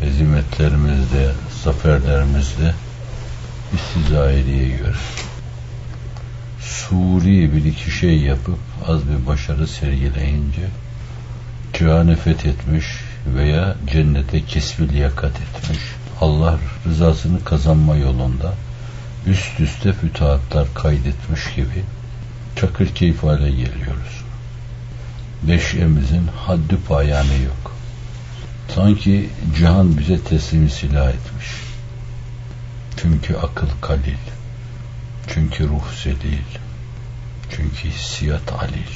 hezimetlerimizde, zaferlerimizde istizahiriye göre suri bir iki şey yapıp az bir başarı sergileyince cihanı fethetmiş veya cennete kesbi liyakat etmiş, Allah rızasını kazanma yolunda üst üste fütuhatlar kaydetmiş gibi çakır keyif hale geliyoruz. Neşemizin haddi payanı yok. Sanki cihan bize teslim silah etmiş. Çünkü akıl kalil, çünkü ruh zelil, çünkü hissiyat alil,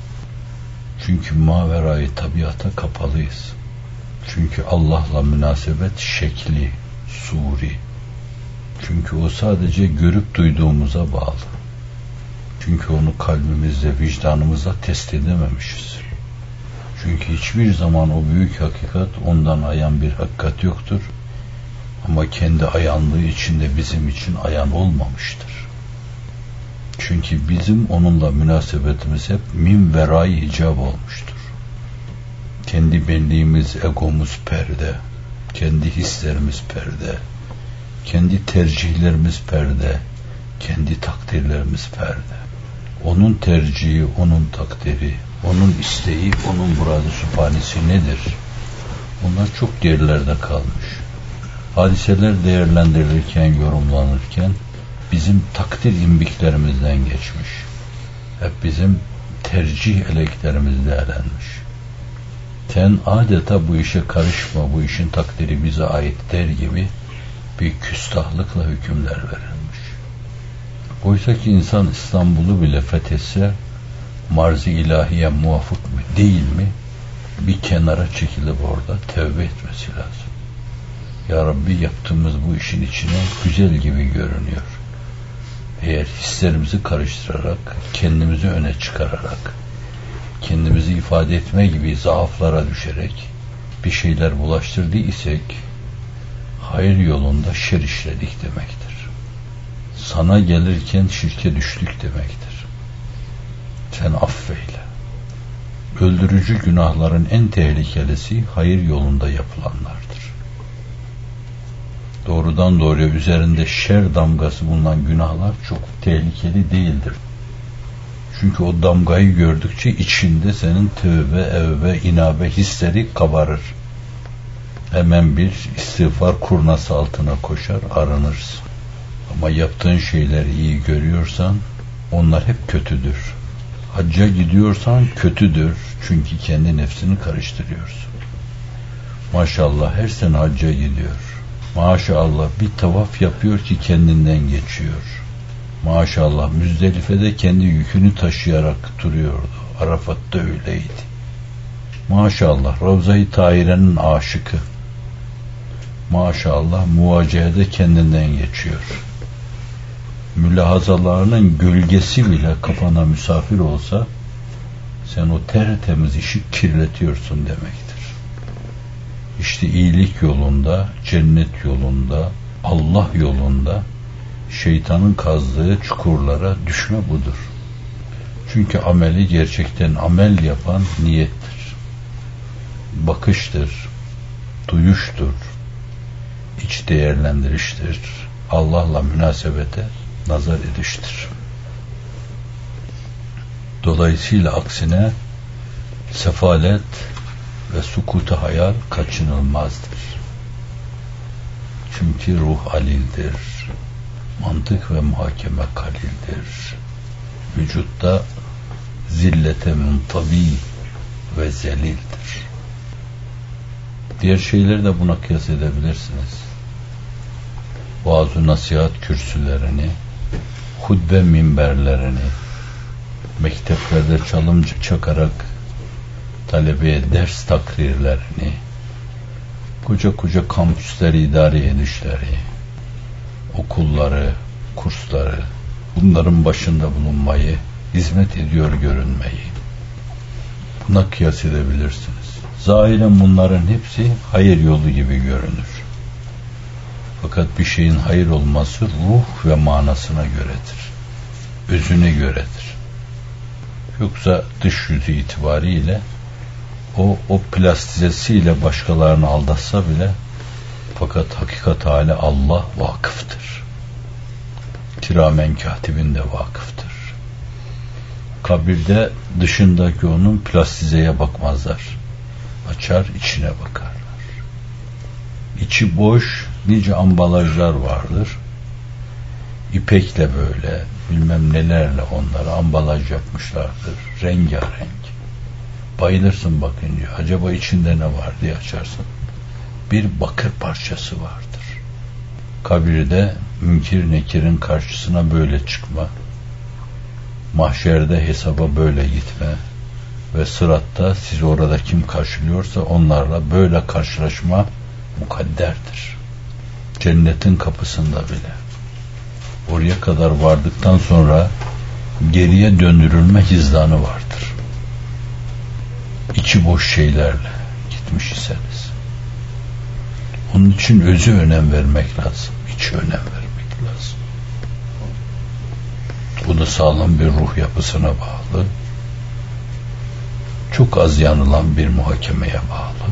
çünkü maverayı tabiata kapalıyız, çünkü Allah'la münasebet şekli, suri, çünkü o sadece görüp duyduğumuza bağlı, çünkü onu kalbimizde, vicdanımızda test edememişiz, çünkü hiçbir zaman o büyük hakikat ondan ayan bir hakikat yoktur. Ama kendi ayanlığı içinde bizim için ayan olmamıştır. Çünkü bizim onunla münasebetimiz hep min verai hicab olmuştur. Kendi benliğimiz, egomuz perde, kendi hislerimiz perde, kendi tercihlerimiz perde, kendi takdirlerimiz perde. Onun tercihi, onun takdiri, onun isteği, onun muradı sübhanesi nedir? Bunlar çok gerilerde kalmış. Hadiseler değerlendirilirken, yorumlanırken bizim takdir imbiklerimizden geçmiş. Hep bizim tercih eleklerimiz değerlenmiş. Sen adeta bu işe karışma, bu işin takdiri bize ait der gibi bir küstahlıkla hükümler verilmiş. Oysa ki insan İstanbul'u bile fethetse marz-ı ilahiye muvafık mı değil mi bir kenara çekilip orada tevbe etmesi lazım. Ya Rabbi, yaptığımız bu işin içine güzel gibi görünüyor. Eğer hislerimizi karıştırarak, kendimizi öne çıkararak, kendimizi ifade etme gibi zaaflara düşerek bir şeyler bulaştırdıysak, hayır yolunda şer işledik demektir. Sana gelirken şirke düştük demektir. Sen affeyle. Öldürücü günahların en tehlikelisi hayır yolunda yapılanlardır. Doğrudan doğruya üzerinde şer damgası bulunan günahlar çok tehlikeli değildir. Çünkü o damgayı gördükçe içinde senin tövbe, evbe, inabe hisleri kabarır. Hemen bir istiğfar kurnası altına koşar, arınırsın. Ama yaptığın şeyleri iyi görüyorsan onlar hep kötüdür. Hacca gidiyorsan kötüdür. Çünkü kendi nefsini karıştırıyorsun. Maşallah her sene hacca gidiyor. Maşallah bir tavaf yapıyor ki kendinden geçiyor. Maşallah Müzdelife'de kendi yükünü taşıyarak duruyordu. Arafat'ta öyleydi. Maşallah Ravza-i Tahire'nin aşıkı. Maşallah muvacehede kendinden geçiyor. Mülahazalarının gölgesi bile kafana misafir olsa sen o tertemiz işi kirletiyorsun demektir. İşte iyilik yolunda, cennet yolunda, Allah yolunda şeytanın kazdığı çukurlara düşme budur. Çünkü ameli gerçekten amel yapan niyettir, bakıştır, duyuştur, iç değerlendiriştir, Allah'la münasebete nazar ediştir. Dolayısıyla aksine sefalet ve sukut-u hayal kaçınılmazdır. Çünkü ruh alildir, mantık ve muhakeme kalildir. Vücutta zillete muntabi ve zelildir. Diğer şeyleri de buna kıyas edebilirsiniz. Vaaz-ı nasihat kürsülerini, hutbe minberlerini, mekteplerde çalım çakarak talebeye ders takrirlerini, koca koca kampüsleri idare edişleri, okulları, kursları, bunların başında bulunmayı, hizmet ediyor görünmeyi buna kıyas edebilirsiniz. Zahiren bunların hepsi hayır yolu gibi görünür. Fakat bir şeyin hayır olması ruh ve manasına göredir. Özüne göredir. Yoksa dış yüzü itibariyle o plastizesiyle başkalarını aldatsa bile Fakat hakikat hali Allah vakıftır. Kiramen katibin de vakıftır. Kabirde dışındaki onun plastizeye bakmazlar. Açar, içine bakarlar. İçi boş nice ambalajlar vardır. İpekle böyle bilmem nelerle onları ambalaj yapmışlardır. Rengarenk. Bayılırsın bakınca. Acaba içinde ne var diye açarsın. Bir bakır parçası vardır. Kabirde Münkir Nekir'in karşısına böyle çıkma, mahşerde hesaba böyle gitme ve sıratta sizi orada kim karşılıyorsa onlarla böyle karşılaşma mukadderdir. Cennetin kapısında bile. Oraya kadar vardıktan sonra geriye döndürülme hizdanı vardır. İçi boş şeylerle gitmiş iseniz. Onun için özü önem vermek lazım. İçi önem vermek lazım. Bu da sağlam bir ruh yapısına bağlı. Çok az yanılan bir muhakemeye bağlı.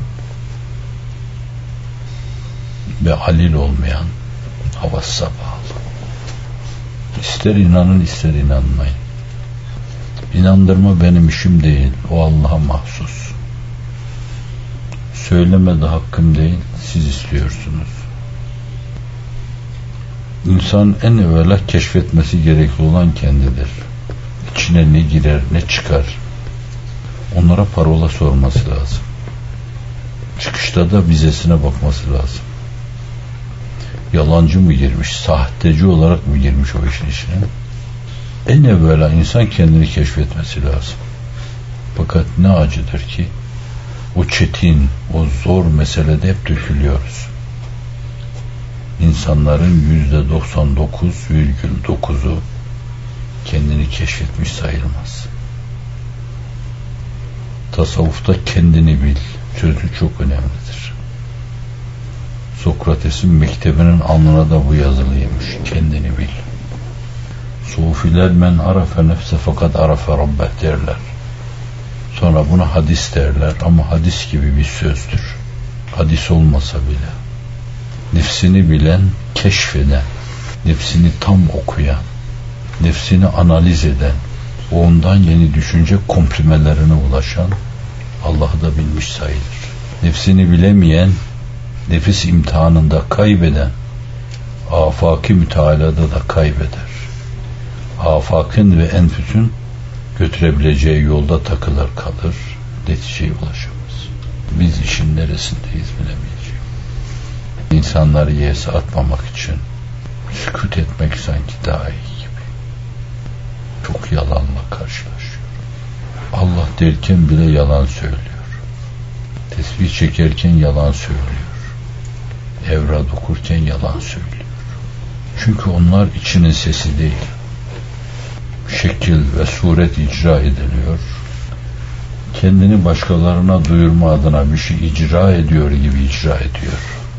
Ve halil olmayan havassa bağlı. İster inanın ister inanmayın. İnandırma benim işim değil. O Allah'a mahsus. Söyleme de hakkım değil. Siz istiyorsunuz. İnsan en evvela keşfetmesi gerekli olan kendidir. İçine ne girer ne çıkar. Onlara parola sorması lazım. Çıkışta da vizesine bakması lazım. Yalancı mı girmiş, sahteci olarak mı girmiş o işin içine? En evvela insan kendini keşfetmesi lazım. Fakat ne acıdır ki o çetin, o zor meselede hep dökülüyoruz. İnsanların %99,9'u kendini keşfetmiş sayılmaz. Tasavvufta kendini bil sözü çok önemlidir. Sokrates'in mektebinin alnına da bu yazılıymış. Kendini bil. Sufiler men arafe nefse fakat arafe rabbeh derler. Sonra buna hadis derler ama hadis gibi bir sözdür. Hadis olmasa bile. Nefsini bilen, keşfeden, nefsini tam okuyan, nefsini analiz eden, ondan yeni düşünce komprimelerine ulaşan Allah'ı da bilmiş sayılır. Nefsini bilemeyen, nefis imtihanında kaybeden, afaki mütealada da kaybeder. Afakın ve enfüsün götürebileceği yolda takılır kalır, neticeye ulaşamaz. Biz işin neresindeyiz bilemeyeceğiz. İnsanları yese atmamak için sükût etmek sanki daha iyi gibi. Çok yalanla karşılaşıyor. Allah derken bile yalan söylüyor. Tesbih çekerken yalan söylüyor. Evrad okurken yalan söylüyor. Çünkü onlar içinin sesi değil. Şekil ve suret icra ediliyor. Kendini başkalarına duyurma adına bir şey icra ediyor gibi icra ediyor.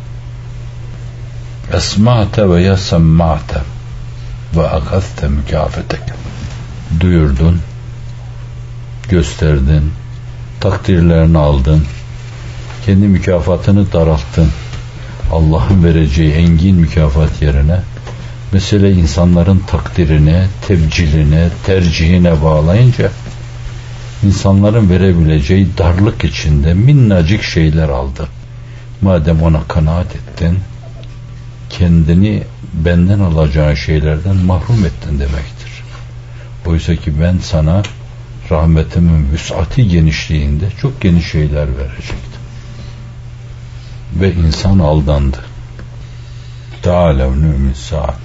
Esma'te ve yasemma'te ve akazte mükafetek. Duyurdun, gösterdin, takdirlerini aldın, kendi mükafatını daralttın. Allah'ın vereceği engin mükafat yerine mesele insanların takdirine, tebciline, tercihine bağlayınca insanların verebileceği darlık içinde minnacık şeyler aldı. Madem ona kanaat ettin, kendini benden alacağın şeylerden mahrum ettin demektir. Oysa ki ben sana rahmetimin vüs'ati genişliğinde çok geniş şeyler verecektim. Ve insan aldandı. Teâlev nü'min sa'at.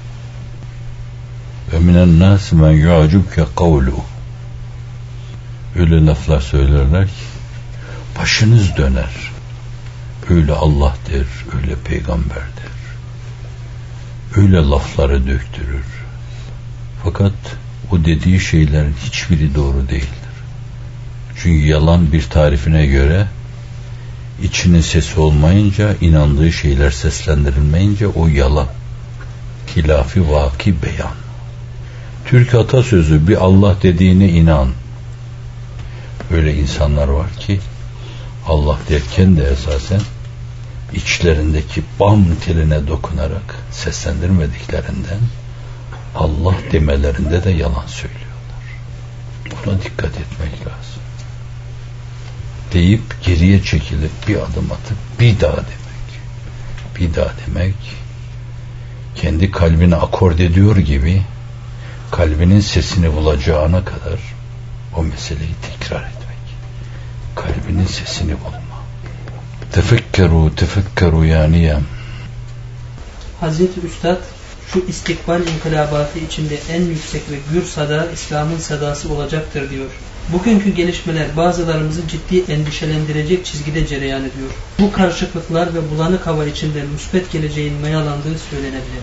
Ve minen nâs men yu'acubke kavluhu. Öyle laflar söylerler ki başınız döner. Öyle Allah der, öyle peygamber der. Öyle lafları döktürür. Fakat o dediği şeylerin hiçbiri doğru değildir. Çünkü yalan bir tarifine göre içinin sesi olmayınca, inandığı şeyler seslendirilmeyince o yalan. Hilafi vaki beyan. Türk atasözü bir Allah dediğine inan. Öyle insanlar var ki Allah derken de esasen içlerindeki bam teline dokunarak seslendirmediklerinden Allah demelerinde de yalan söylüyorlar. Buna dikkat etmek lazım. Deyip geriye çekilip bir adım atıp bir daha demek. Bir daha demek, kendi kalbine akord ediyor gibi kalbinin sesini bulacağına kadar o meseleyi tekrar etmek. Kalbinin sesini bulma. Tefekkeru yaniyem. Hazreti Üstad şu istikbal inkılabatı içinde en yüksek ve gür sada İslam'ın sadası olacaktır diyor. Bugünkü gelişmeler bazılarımızı ciddi endişelendirecek çizgide cereyan ediyor. Bu karışıklıklar ve bulanık hava içinde müsbet geleceğin mayalandığı söylenebilir.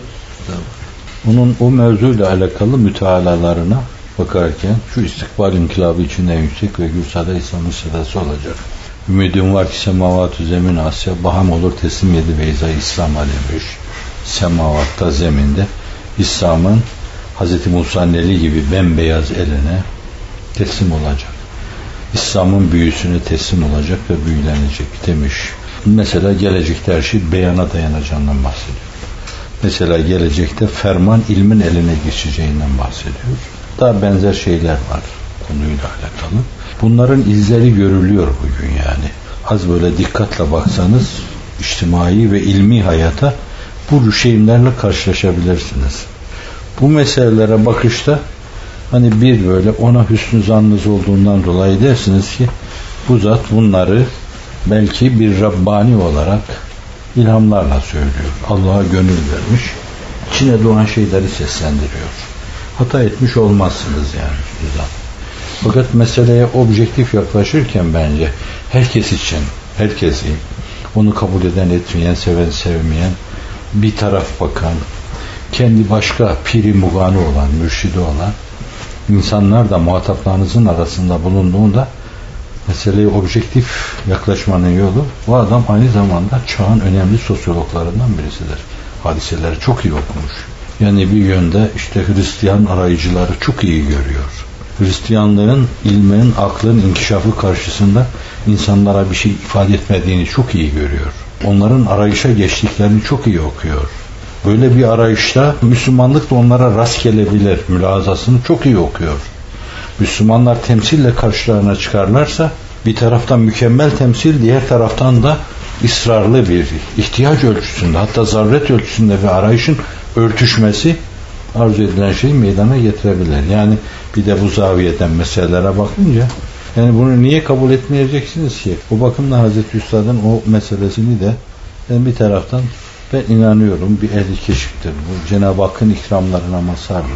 Onun o mevzuyla alakalı mütealalarına bakarken şu istikbal inkılabı içinde en yüksek ve gür sada İslam'ın sadası olacak. Ümidim var ki semavat-ı zemin Asya baham olur teslim yedi beyza İslam'a demiş. Semavatta zeminde İslam'ın Hz. Musa'nın eli gibi bembeyaz eline teslim olacak. İslam'ın büyüsüne teslim olacak ve büyülenecek demiş. Mesela gelecekte her şey beyana dayanacağından bahsediyor. Mesela gelecekte ferman ilmin eline geçeceğinden bahsediyor. Daha benzer şeyler var konuyla alakalı. Bunların izleri görülüyor bugün yani. Az böyle dikkatle baksanız içtimai ve ilmi hayata bu şeylerle karşılaşabilirsiniz. Bu meselelere bakışta hani bir böyle ona hüsnü zannınız olduğundan dolayı dersiniz ki bu zat bunları belki bir Rabbani olarak ilhamlarla söylüyor. Allah'a gönül vermiş. İçine doğan şeyleri seslendiriyor. Hata etmiş olmazsınız yani bu zat. Fakat meseleye objektif yaklaşırken bence herkes için, herkesi, onu kabul eden, etmeyen, seven, sevmeyen, bir taraf bakan, kendi başka piri mugani olan, mürşidi olan insanlar da muhataplarınızın arasında bulunduğunda meseleye objektif yaklaşmanın yolu, bu adam aynı zamanda çağın önemli sosyologlarından birisidir. Hadiseleri çok iyi okumuş. Yani bir yönde işte Hristiyan arayıcıları çok iyi görüyor. Hristiyanlığın, ilmin, aklın inkişafı karşısında insanlara bir şey ifade etmediğini çok iyi görüyor. Onların arayışa geçtiklerini çok iyi okuyor. Böyle bir arayışta Müslümanlık da onlara rast gelebilir. Mülazasını çok iyi okuyor. Müslümanlar temsille karşılarına çıkarlarsa bir taraftan mükemmel temsil, diğer taraftan da ısrarlı bir ihtiyaç ölçüsünde, hatta zaruret ölçüsünde ve arayışın örtüşmesi arzu edilen şeyi meydana getirebilir. Yani bir de bu zaviyeden meselelere bakınca yani bunu niye kabul etmeyeceksiniz ki? O bakımdan Hazreti Üstad'ın o meselesini de ben bir taraftan ben inanıyorum bir ehli keşiftir. Bu Cenab-ı Hakk'ın ikramlarına mazhardır.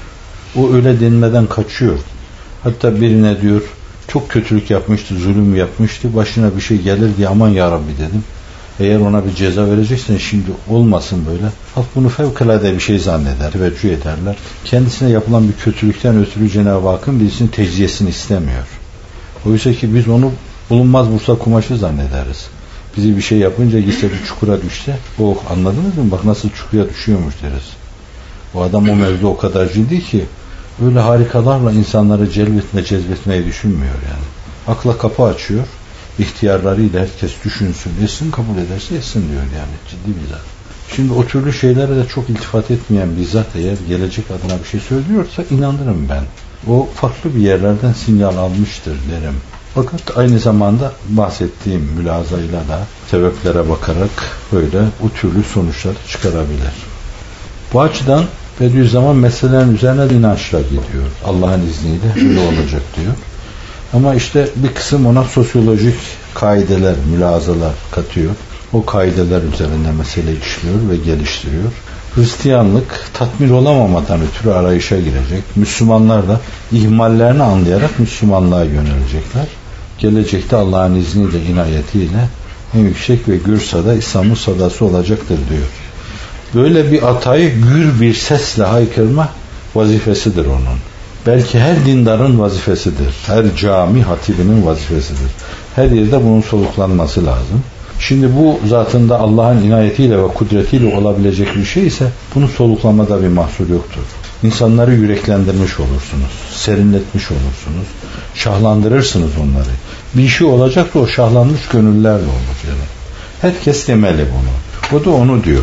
O öyle denmeden kaçıyor. Hatta birine diyor çok kötülük yapmıştı, zulüm yapmıştı. Başına bir şey gelir diye aman ya Rabbi dedim. Eğer ona bir ceza vereceksen şimdi olmasın böyle. Halk bunu fevkalade bir şey zanneder, teveccüh ederler. Kendisine yapılan bir kötülükten ötürü Cenab-ı Hakk'ın birisinin tecziyesini istemiyor. Oysa ki biz onu bulunmaz Bursa kumaşı zannederiz. Bizi bir şey yapınca gitse bir çukura düşse, oh anladınız mı? Bak nasıl çukura düşüyormuş deriz. O adam o mevzu o kadar ciddi ki öyle harikalarla insanları cezbetmeyi düşünmüyor yani. Akla kapı açıyor. İhtiyarlarıyla herkes düşünsün, etsin, kabul ederse etsin diyor yani. Ciddi bir zat. Şimdi o türlü şeylere de çok iltifat etmeyen bir zat eğer gelecek adına bir şey söylüyorsa inanırım ben. O farklı bir yerlerden sinyal almıştır derim. Fakat aynı zamanda bahsettiğim mülazayla da sebeplere bakarak böyle o türlü sonuçları çıkarabilir. Bu açıdan Bediüzzaman meselelerin üzerine inançla gidiyor. Allah'ın izniyle öyle olacak diyor. Ama işte bir kısım ona sosyolojik kaideler, mülazalar katıyor. O kaideler üzerinde mesele işliyor ve geliştiriyor. Hristiyanlık tatmin olamamadan ötürü arayışa girecek. Müslümanlar da ihmallerini anlayarak Müslümanlığa yönelecekler. Gelecekte Allah'ın izniyle, inayetiyle en yüksek ve gür sada İslam'ın sadası olacaktır diyor. Böyle bir atayı gür bir sesle haykırma vazifesidir onun. Belki her dindarın vazifesidir. Her cami hatibinin vazifesidir. Her yerde bunun soluklanması lazım. Şimdi bu zatında Allah'ın inayetiyle ve kudretiyle olabilecek bir şey ise bunu soluklamada bir mahsur yoktur. İnsanları yüreklendirmiş olursunuz. Serinletmiş olursunuz. Şahlandırırsınız onları. Bir şey olacaksa o şahlanmış gönüllerle olur yani. Herkes demeli bunu. O da onu diyor.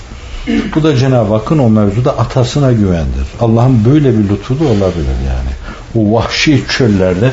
Bu da Cenab-ı Hakk'ın o mevzuda atasına güvendir. Allah'ın böyle bir lütfu da olabilir yani. O vahşi çöllerde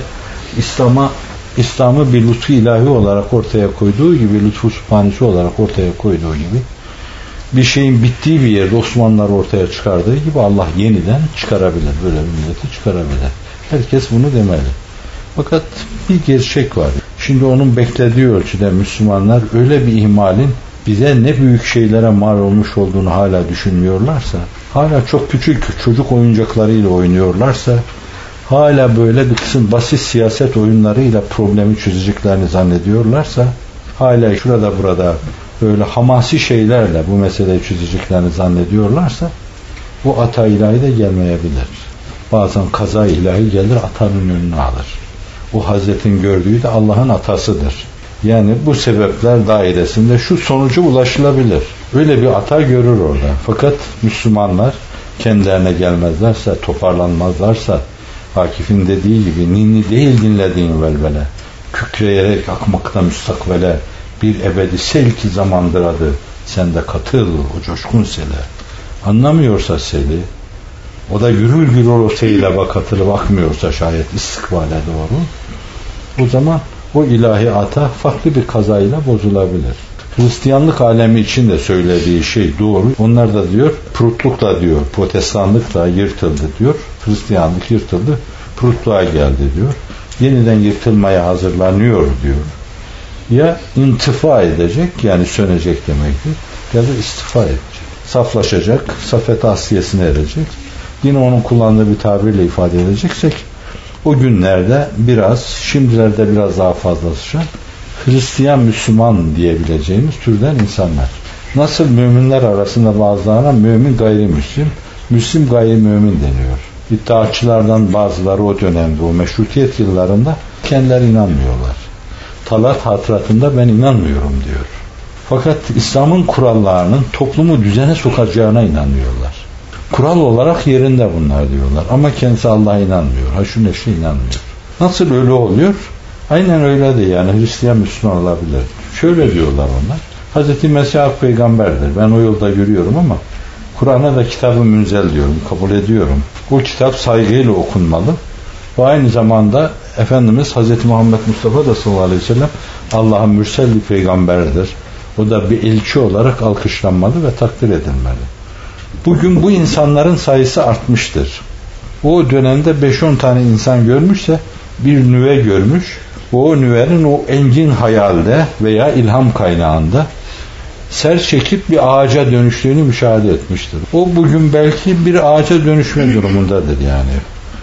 İslam'ı bir lütfu ilahi olarak ortaya koyduğu gibi, lütfu sübhanesi olarak ortaya koyduğu gibi, bir şeyin bittiği bir yerde Osmanlılar ortaya çıkardığı gibi Allah yeniden çıkarabilir. Böyle bir milleti çıkarabilir. Herkes bunu demeli. Fakat bir gerçek var. Şimdi onun beklediği ölçüde Müslümanlar öyle bir ihmalin bize ne büyük şeylere mal olmuş olduğunu hala düşünmüyorlarsa, hala çok küçük çocuk oyuncaklarıyla oynuyorlarsa, hala böyle bir kısım basit siyaset oyunlarıyla problemi çözeceklerini zannediyorlarsa, hala şurada burada böyle hamasi şeylerle bu meseleyi çözeceklerini zannediyorlarsa, bu ata ilahi de gelmeyebilir. Bazen kaza ilahi gelir, atanın önünü alır. O Hazretin gördüğü de Allah'ın atasıdır. Yani bu sebepler dairesinde şu sonuca ulaşılabilir. Öyle bir ata görür orada. Fakat Müslümanlar kendilerine gelmezlerse, toparlanmazlarsa, Akif'in dediği gibi ninni değil dinlediğin velvele, kükreyerek akmakta müstakbele, bir ebedi sel ki zamandır adı, sen de katıl o coşkun sele. Anlamıyorsa seli, o da gürül gürül o seyle katılıp bakmıyorsa şayet istikbale doğru, o zaman o ilahi ata farklı bir kazayla bozulabilir. Hristiyanlık alemi için de söylediği şey doğru. Onlar da diyor, Prutlukla diyor, Protestanlık da yırtıldı diyor. Hristiyanlık yırtıldı, Prutluğa geldi diyor. Yeniden yırtılmaya hazırlanıyor diyor. Ya intifa edecek, yani sönecek demektir, ya da istifa edecek. Saflaşacak, safet asliyesine erecek. Yine onun kullandığı bir tabirle ifade edeceksek, o günlerde biraz, şimdilerde biraz daha fazlasıyla Hristiyan Müslüman diyebileceğimiz türden insanlar. Nasıl müminler arasında bazılarına mümin gayrimüslim, Müslim gayrimümin deniyor. İddiaçılardan bazıları o dönemde, o meşrutiyet yıllarında kendileri inanmıyorlar. Talat hatıratında ben inanmıyorum diyor. Fakat İslam'ın kurallarının toplumu düzene sokacağına inanıyorlar. Kural olarak yerinde bunlar diyorlar. Ama kendisi Allah'a inanmıyor. Haşu neşe inanmıyor. Nasıl öyle oluyor? Aynen öyle de yani Hristiyan Müslüman olabilir. Şöyle diyorlar onlar. Hazreti Mesih peygamberdir. Ben o yolda yürüyorum ama Kur'an'a da kitab-ı münzel diyorum. Kabul ediyorum. O kitap saygıyla okunmalı. Ve aynı zamanda Efendimiz Hazreti Muhammed Mustafa da sallallahu aleyhi ve sellem Allah'ın mürsel bir peygamberidir. O da bir elçi olarak alkışlanmalı ve takdir edilmeli. Bugün bu insanların sayısı artmıştır. O dönemde 5-10 tane insan görmüşse bir nüve görmüş. O nüvenin o engin hayalde veya ilham kaynağında ser çekip bir ağaca dönüştüğünü müşahede etmiştir. O bugün belki bir ağaca dönüşme durumundadır yani.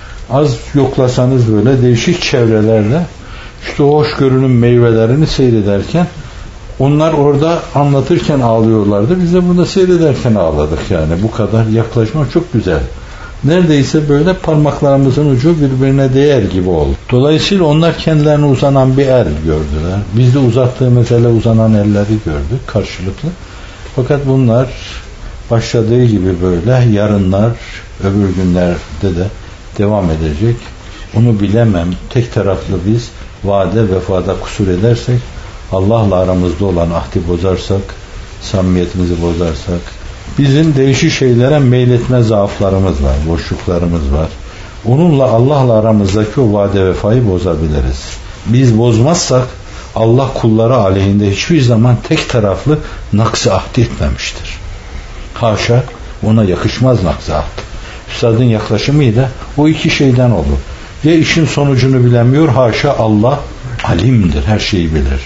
Az yoklasanız böyle değişik çevrelerde işte o hoşgörünün meyvelerini seyrederken onlar orada anlatırken ağlıyorlardı. Biz de burada seyrederken ağladık yani. Bu kadar yaklaşma çok güzel. Neredeyse böyle parmaklarımızın ucu birbirine değer gibi oldu. Dolayısıyla onlar kendilerine uzanan bir el gördüler. Biz de uzattığımız ele uzanan elleri gördük karşılıklı. Fakat bunlar başladığı gibi böyle yarınlar, öbür günlerde de devam edecek. Onu bilemem. Tek taraflı biz vaade vefada kusur edersek, Allah'la aramızda olan ahdi bozarsak, samimiyetimizi bozarsak, bizim değişik şeylere meyletme zaaflarımız var, boşluklarımız var. Onunla Allah'la aramızdaki o vaade vefayı bozabiliriz. Biz bozmazsak Allah kulları aleyhinde hiçbir zaman tek taraflı nakz-ı ahdi etmemiştir. Haşa, ona yakışmaz nakz-ı ahdi. Üstadın yaklaşımıyla o iki şeyden olur. Ya işin sonucunu bilemiyor, haşa, Allah alimdir, her şeyi bilir.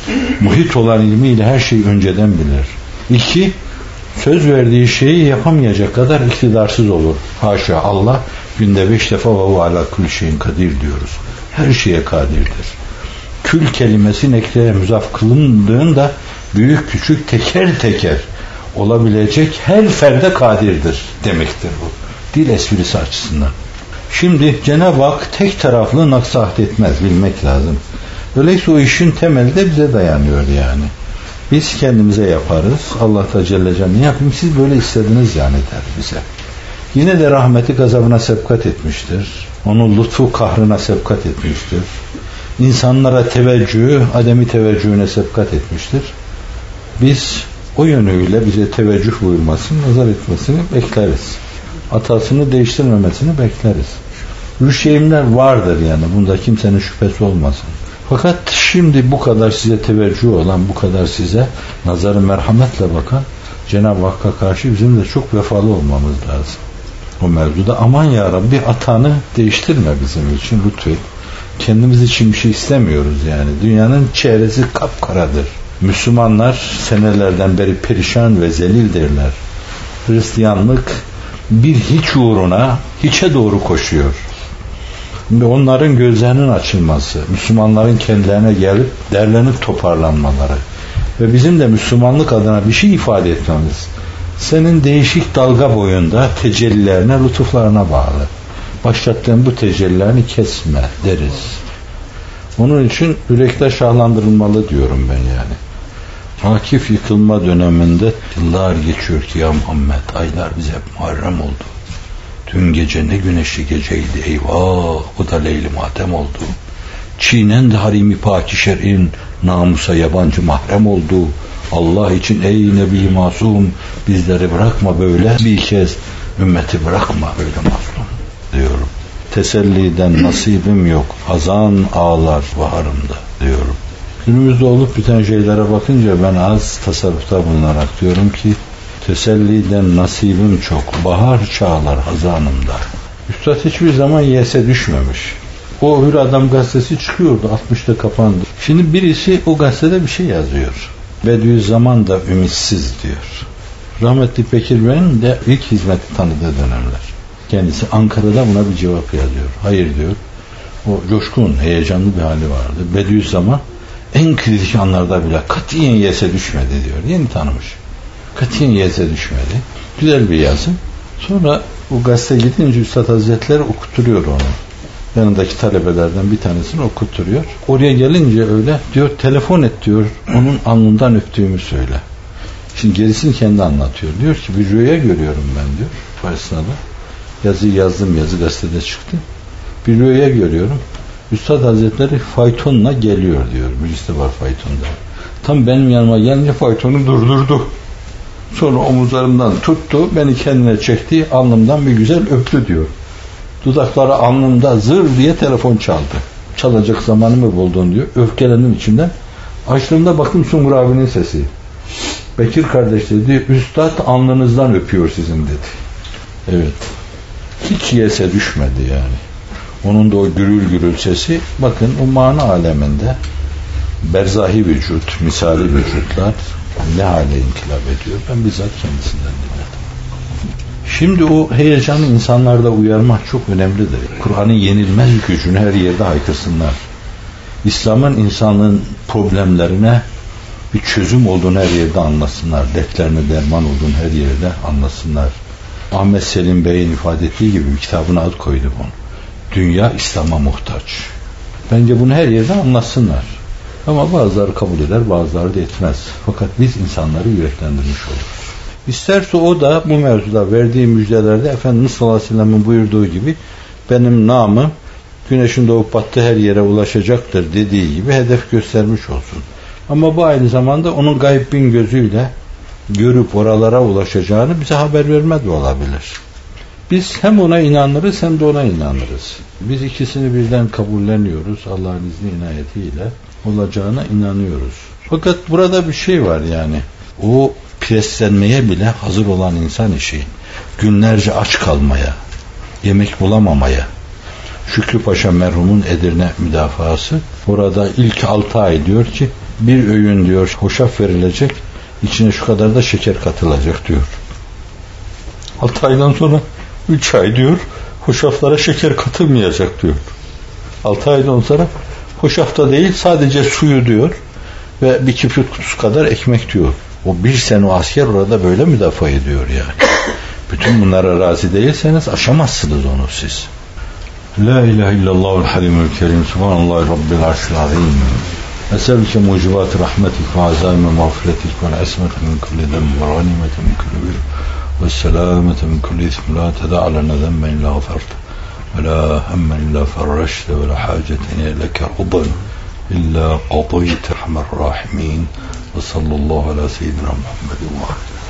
Muhit olan ilmiyle her şeyi önceden bilir. İki, söz verdiği şeyi yapamayacak kadar iktidarsız olur. Haşa, Allah günde 5 defa ve hu ala kulli şeyin kadir diyoruz. Her şeye kadirdir. Kül kelimesi nekreye müzaf kılındığında büyük küçük teker teker olabilecek her ferde kadirdir demektir bu. Dil esprisi açısından. Şimdi Cenab-ı Hak tek taraflı nakz-ı ahd etmez, bilmek lazım. Öyleyse o işin temeli de bize dayanıyor yani. Biz kendimize yaparız. Allah da Celle Celle ne yapayım siz böyle istediniz yani der bize. Yine de rahmeti gazabına sebkat etmiştir. Onun lütfu kahrına sebkat etmiştir. İnsanlara teveccühü ademi teveccühüne sebkat etmiştir. Biz o yönüyle bize teveccüh buyurmasını, nazar etmesini bekleriz. Hatasını değiştirmemesini bekleriz. Rüşyemler vardır yani. Bunda kimsenin şüphesi olmasın. Fakat şimdi bu kadar size teveccüh olan, bu kadar size nazarı merhametle bakan Cenab-ı Hakk'a karşı bizim de çok vefalı olmamız lazım. O mevzuda aman ya Rabbi hatanı değiştirme bizim için lütfen. Kendimiz için bir şey istemiyoruz yani. Dünyanın çehresi kapkaradır. Müslümanlar senelerden beri perişan ve zelildirler. Hristiyanlık bir hiç uğruna hiçe doğru koşuyor. Ve onların gözlerinin açılması, Müslümanların kendilerine gelip derlenip toparlanmaları ve bizim de Müslümanlık adına bir şey ifade etmemiz senin değişik dalga boyunda tecellilerine, lütuflarına bağlı. Başlattığın bu tecellilerini kesme deriz. Onun için yürekler şahlandırılmalı diyorum ben yani. Akif yıkılma döneminde yıllar geçiyor ki ya Muhammed, aylar bize hep Muharrem oldu. Dün gece ne güneşli geceydi, eyvah, o da Leyli Matem oldu. Çiğnendi harimi paki şer'in, namusa yabancı mahrem oldu. Allah için ey Nebi masum, bizleri bırakma böyle, bir kez ümmeti bırakma böyle mazlum diyorum. Teselliden nasibim yok, hazan ağlar baharımda diyorum. Günümüzde olup biten şeylere bakınca ben az tasarrufta bulunarak diyorum ki teselliden nasibim çok, bahar çağlar hazanımda. Üstad hiçbir zaman yese düşmemiş. O Hür Adam gazetesi çıkıyordu, 60'ta kapandı. Şimdi birisi o gazetede bir şey yazıyor. Bediüzzaman da ümitsiz diyor. Rahmetli Bekir Bey'in de ilk hizmeti tanıdığı dönemler. Kendisi Ankara'da buna bir cevap yazıyor. Hayır diyor. O coşkun, heyecanlı bir hali vardı. Bediüzzaman en kritik anlarda bile katiyen yese düşmedi diyor. Yeni tanımış. Katiyen yese düşmedi. Güzel bir yazı. Sonra bu gazete gidince Üstad Hazretleri okutturuyor onu. Yanındaki talebelerden bir tanesini okutturuyor. Oraya gelince öyle diyor, telefon et diyor, onun alnından öptüğümü söyle. Şimdi gerisini kendi anlatıyor. Diyor ki bir rüya görüyorum ben diyor. Bu esnada yazıyı yazdım, yazı gazetede çıktı. Bir rüya görüyorum. Üstad Hazretleri faytonla geliyor diyor. Birisi var faytonda. Tam benim yanıma gelince faytonu durdurdu. Sonra omuzlarımdan tuttu, beni kendine çekti, alnımdan bir güzel öptü diyor. Dudakları alnımda zır diye telefon çaldı. Çalacak zamanımı buldun diyor. Öfkelendim içimden. Açtığımda baktım Sungur abinin sesi. Bekir kardeş dedi, Üstad alnınızdan öpüyor sizin dedi. Evet. Hiç yese düşmedi yani. Onun da o gürül gürül sesi, bakın o mana aleminde berzahi vücut, misali vücutlar ne hale inkılap ediyor. Ben bizzat kendisinden dinledim. Şimdi o heyecanı insanlarda uyarmak çok önemlidir. Kur'an'ın yenilmez gücünü her yerde haykırsınlar. İslam'ın insanlığın problemlerine bir çözüm olduğunu her yerde anlasınlar. Dertlerine derman olduğunu her yerde anlasınlar. Ahmet Selim Bey'in ifade ettiği gibi bir kitabına ad koydu bunu. Dünya İslam'a muhtaç. Bence bunu her yerde anlatsınlar. Ama bazıları kabul eder, bazıları da etmez. Fakat biz insanları yüreklendirmiş oluruz. İsterse o da bu mevzuda verdiği müjdelerde Efendimiz sallallahu aleyhi ve sellem'in buyurduğu gibi benim namım güneşin doğup battığı her yere ulaşacaktır dediği gibi hedef göstermiş olsun. Ama bu aynı zamanda onun gaybin gözüyle görüp oralara ulaşacağını bize haber verme de olabilir. Biz hem ona inanırız hem de ona inanırız. Biz ikisini birden kabulleniyoruz. Allah'ın izni inayetiyle olacağına inanıyoruz. Fakat burada bir şey var yani. O preslenmeye bile hazır olan insan işi. Günlerce aç kalmaya, yemek bulamamaya. Şükrü Paşa merhumun Edirne müdafaası. Orada ilk 6 ay diyor ki bir öğün diyor hoşaf verilecek, içine şu kadar da şeker katılacak diyor. 6 aydan sonra 3 ay diyor hoşaflara şeker katılmayacak diyor. 6 aydan sonra hoşafta değil sadece suyu diyor ve bir kibrit kutusu kadar ekmek diyor. O bir sene o asker orada böyle müdafaa ediyor yani. Bütün bunlara razı değilseniz aşamazsınız onu siz. La ilahe illallahul halimul kerim subhanallahi rabbil arşil azim. Eselüke mucibat rahmetik ve azaime mağfiretik ve esmet min kulli dem ve ganimete min kulli bir ve selamete min kulli ismi la teda'ala nezemmen illa gafert ve la hemmen illa ferreşte ve la hacetine leke ruban illa qadıyte rahmer rahimin Ve sallallahu ala seyyidina Muhammedin ve